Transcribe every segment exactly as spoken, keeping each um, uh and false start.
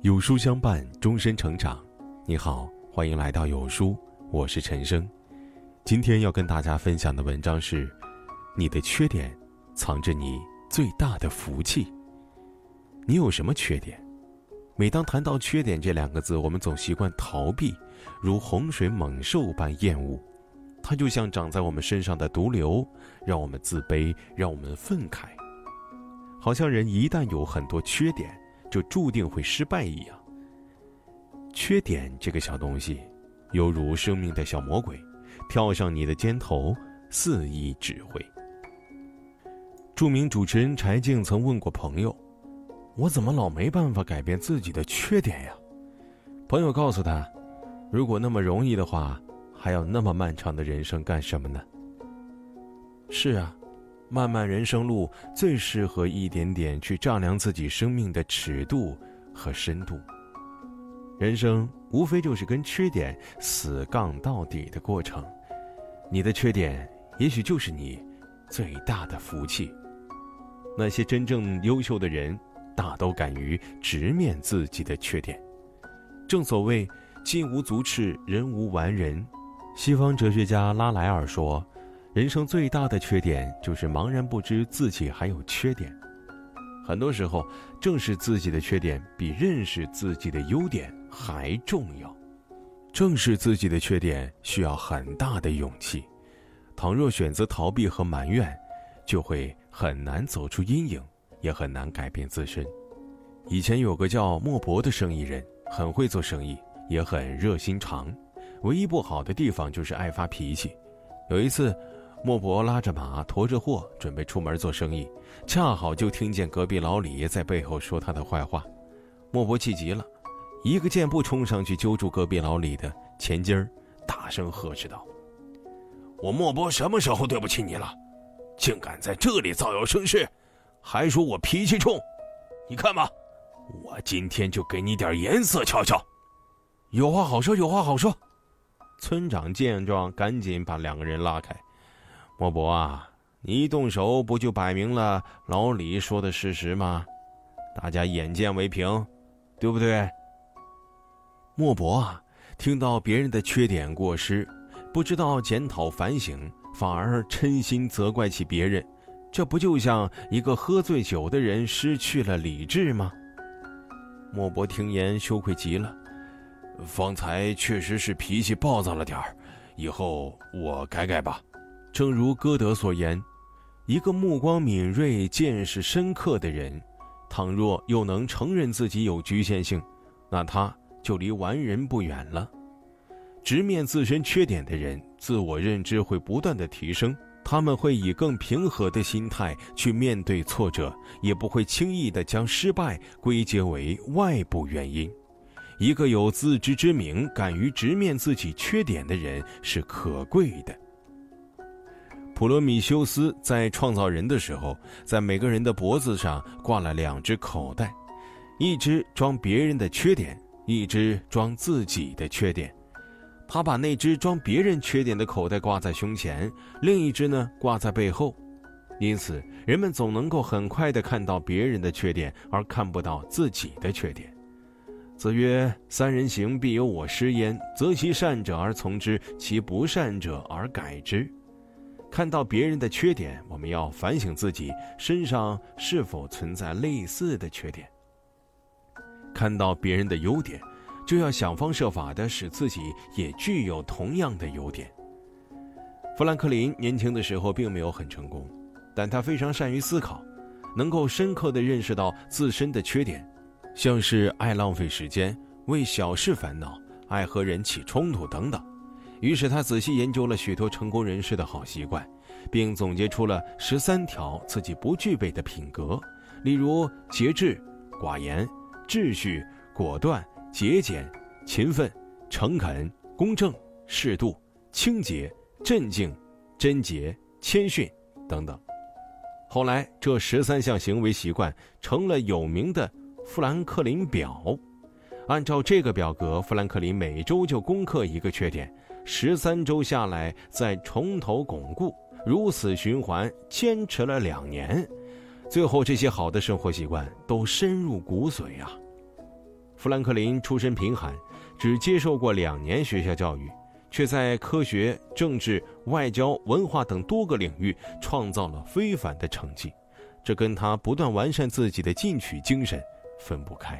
有书相伴，终身成长。你好，欢迎来到有书，我是陈生。今天要跟大家分享的文章是：你的缺点藏着你最大的福气。你有什么缺点？每当谈到缺点这两个字，我们总习惯逃避，如洪水猛兽般厌恶。它就像长在我们身上的毒瘤，让我们自卑，让我们愤慨。好像人一旦有很多缺点，就注定会失败一样。缺点这个小东西，犹如生命的小魔鬼，跳上你的肩头，肆意指挥。著名主持人柴静曾问过朋友：我怎么老没办法改变自己的缺点呀？朋友告诉他：如果那么容易的话，还要那么漫长的人生干什么呢？是啊，漫漫人生路最适合一点点去丈量自己生命的尺度和深度。人生无非就是跟缺点死杠到底的过程，你的缺点也许就是你最大的福气。那些真正优秀的人，大都敢于直面自己的缺点。正所谓金无足赤，人无完人。西方哲学家拉莱尔说，人生最大的缺点就是茫然不知自己还有缺点。很多时候，正视自己的缺点比认识自己的优点还重要。正视自己的缺点需要很大的勇气，倘若选择逃避和埋怨，就会很难走出阴影，也很难改变自身。以前有个叫莫博的生意人，很会做生意，也很热心肠，唯一不好的地方就是爱发脾气。有一次，莫博拉着马驮着货准备出门做生意，恰好就听见隔壁老李在背后说他的坏话。莫博气急了，一个箭步冲上去揪住隔壁老李的前襟儿，大声呵斥道：我莫博什么时候对不起你了？竟敢在这里造谣生事，还说我脾气冲，你看吧，我今天就给你点颜色瞧瞧。有话好说，有话好说。村长见状赶紧把两个人拉开。莫博啊，你一动手不就摆明了老李说的事实吗？大家眼见为凭，对不对？莫博啊，听到别人的缺点过失，不知道检讨反省，反而嗔心责怪起别人，这不就像一个喝醉酒的人失去了理智吗？莫博听言羞愧极了，方才确实是脾气暴躁了点儿，以后我改改吧。正如歌德所言，一个目光敏锐、见识深刻的人，倘若又能承认自己有局限性，那他就离完人不远了。直面自身缺点的人，自我认知会不断的提升，他们会以更平和的心态去面对挫折，也不会轻易地将失败归结为外部原因。一个有自知之明、敢于直面自己缺点的人是可贵的。普罗米修斯在创造人的时候，在每个人的脖子上挂了两只口袋，一只装别人的缺点，一只装自己的缺点。他把那只装别人缺点的口袋挂在胸前，另一只呢挂在背后。因此，人们总能够很快地看到别人的缺点，而看不到自己的缺点。子曰：三人行，必有我师焉，择其善者而从之，其不善者而改之。看到别人的缺点，我们要反省自己身上是否存在类似的缺点。看到别人的优点，就要想方设法地使自己也具有同样的优点。富兰克林年轻的时候并没有很成功，但他非常善于思考，能够深刻地认识到自身的缺点，像是爱浪费时间、为小事烦恼、爱和人起冲突等等。于是他仔细研究了许多成功人士的好习惯，并总结出了十三条自己不具备的品格，例如节制、寡言、秩序、果断、节俭、勤奋、诚恳、公正、适度、清洁、镇静、贞洁、谦逊等等。后来这十三项行为习惯成了有名的富兰克林表。按照这个表格，富兰克林每周就攻克一个缺点，十三周下来再从头巩固，如此循环坚持了两年，最后这些好的生活习惯都深入骨髓啊。 富兰克林出身贫寒，只接受过两年学校教育，却在科学、政治、外交、文化等多个领域创造了非凡的成绩，这跟他不断完善自己的进取精神分不开。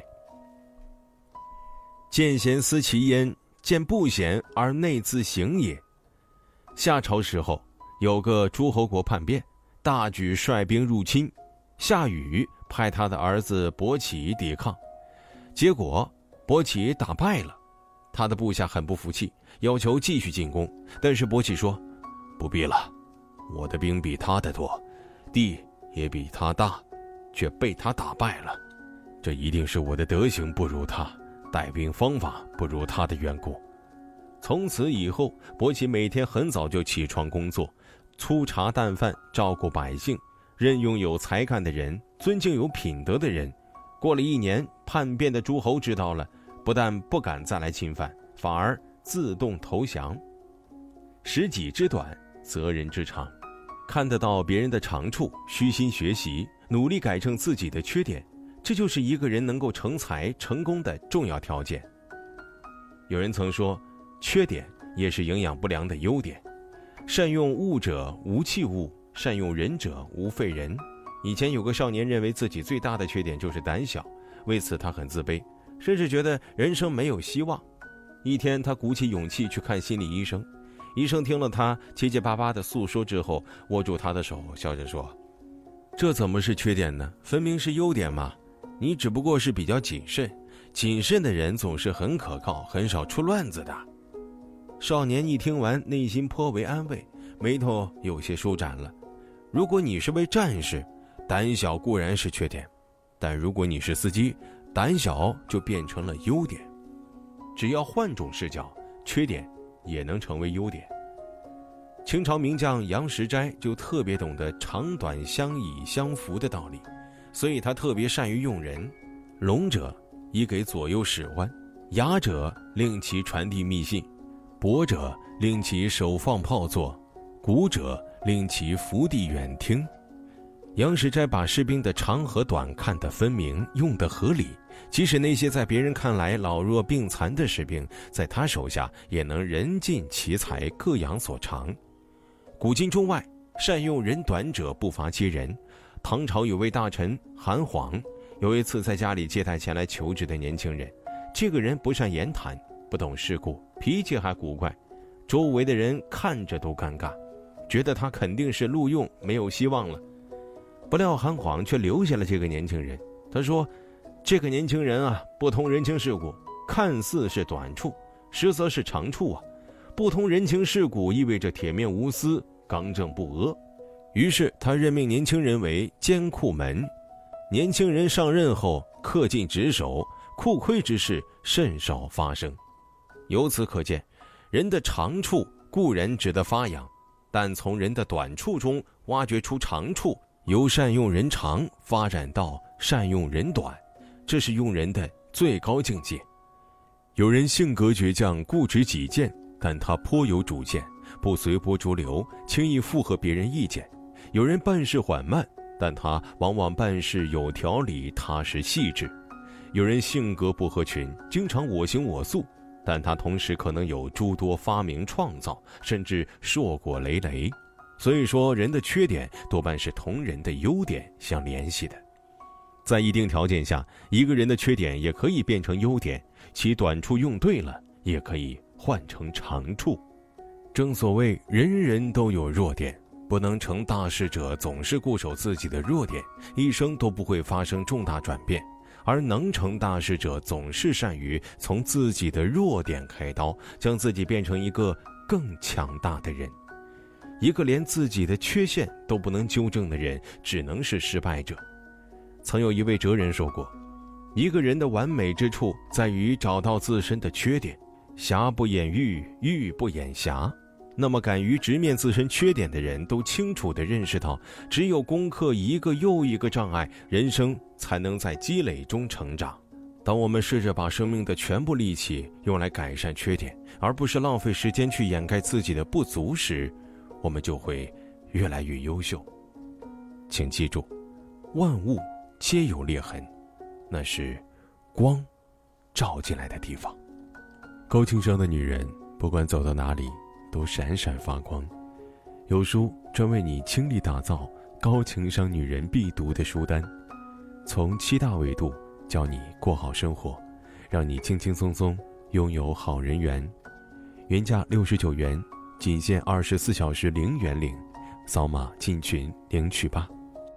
见贤思齐焉，见不贤而内自省也。夏朝时候，有个诸侯国叛变，大举率兵入侵，夏禹派他的儿子伯起抵抗，结果伯起打败了。他的部下很不服气，要求继续进攻，但是伯起说，不必了，我的兵比他的多，地也比他大，却被他打败了，这一定是我的德行不如他，带兵方法不如他的缘故。从此以后，伯起每天很早就起床工作，粗茶淡饭，照顾百姓，任用有才干的人，尊敬有品德的人。过了一年，叛变的诸侯知道了，不但不敢再来侵犯，反而自动投降。识己之短，责人之长，看得到别人的长处，虚心学习，努力改正自己的缺点，这就是一个人能够成才成功的重要条件。有人曾说，缺点也是营养不良的优点。善用物者无弃物，善用人者无废人。以前有个少年认为自己最大的缺点就是胆小，为此他很自卑，甚至觉得人生没有希望。一天他鼓起勇气去看心理医生，医生听了他结结巴巴的诉说之后，握住他的手，笑着说，这怎么是缺点呢？分明是优点嘛，你只不过是比较谨慎，谨慎的人总是很可靠，很少出乱子的。少年一听完，内心颇为安慰，眉头有些舒展了。如果你是位战士，胆小固然是缺点，但如果你是司机，胆小就变成了优点。只要换种视角，缺点也能成为优点。清朝名将杨时斋就特别懂得长短相倚相扶的道理，所以他特别善于用人。聋者以给左右使唤，哑者令其传递密信，跛者令其手放炮座，鼓者令其伏地远听。杨时斋把士兵的长和短看得分明，用得合理，即使那些在别人看来老弱病残的士兵，在他手下也能人尽其才，各养所长。古今中外，善用人短者不乏其人。唐朝有位大臣韩晃，有一次在家里接待前来求职的年轻人，这个人不善言谈，不懂世故，脾气还古怪，周围的人看着都尴尬，觉得他肯定是录用，没有希望了。不料韩晃却留下了这个年轻人。他说，这个年轻人啊，不通人情世故，看似是短处，实则是长处啊。不通人情世故意味着铁面无私，刚正不阿。于是他任命年轻人为监库门。年轻人上任后恪尽职守，库亏之事甚少发生。由此可见，人的长处固然值得发扬，但从人的短处中挖掘出长处，由善用人长发展到善用人短，这是用人的最高境界。有人性格倔强，固执己见，但他颇有主见，不随波逐流，轻易附和别人意见。有人办事缓慢，但他往往办事有条理，踏实细致。有人性格不合群，经常我行我素，但他同时可能有诸多发明创造，甚至硕果累累。所以说，人的缺点多半是同人的优点相联系的。在一定条件下，一个人的缺点也可以变成优点，其短处用对了，也可以换成长处。正所谓人人都有弱点，不能成大事者总是固守自己的弱点，一生都不会发生重大转变。而能成大事者总是善于从自己的弱点开刀，将自己变成一个更强大的人。一个连自己的缺陷都不能纠正的人，只能是失败者。曾有一位哲人说过，一个人的完美之处在于找到自身的缺点，瑕不掩瑜，瑜不掩瑕。那么敢于直面自身缺点的人，都清楚地认识到，只有攻克一个又一个障碍，人生才能在积累中成长。当我们试着把生命的全部力气用来改善缺点，而不是浪费时间去掩盖自己的不足时，我们就会越来越优秀。请记住，万物皆有裂痕，那是光照进来的地方。高情商的女人，不管走到哪里都闪闪发光。有书专为你倾力打造高情商女人必读的书单，从七大维度教你过好生活，让你轻轻松松拥有好人缘。原价六十九元，仅限二十四小时零元领，扫码进群领取吧。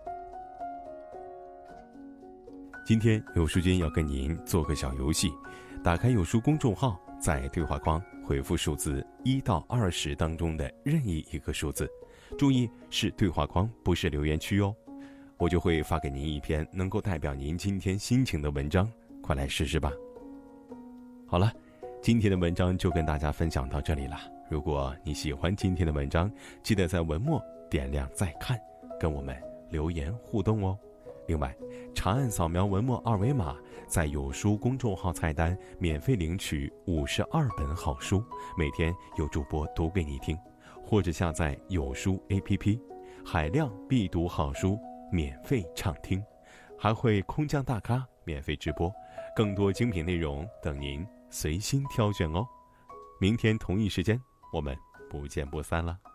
今天有书君要跟您做个小游戏，打开有书公众号，在对话框回复数字一到二十当中的任意一个数字，注意是对话框，不是留言区哦。我就会发给您一篇能够代表您今天心情的文章，快来试试吧。好了，今天的文章就跟大家分享到这里了。如果你喜欢今天的文章，记得在文末点亮再看，跟我们留言互动哦。另外，长按扫描文末二维码，在有书公众号菜单免费领取五十二本好书，每天有主播读给你听，或者下载有书 A P P， 海量必读好书免费畅听，还会空降大咖免费直播，更多精品内容等您随心挑选哦。明天同一时间，我们不见不散了。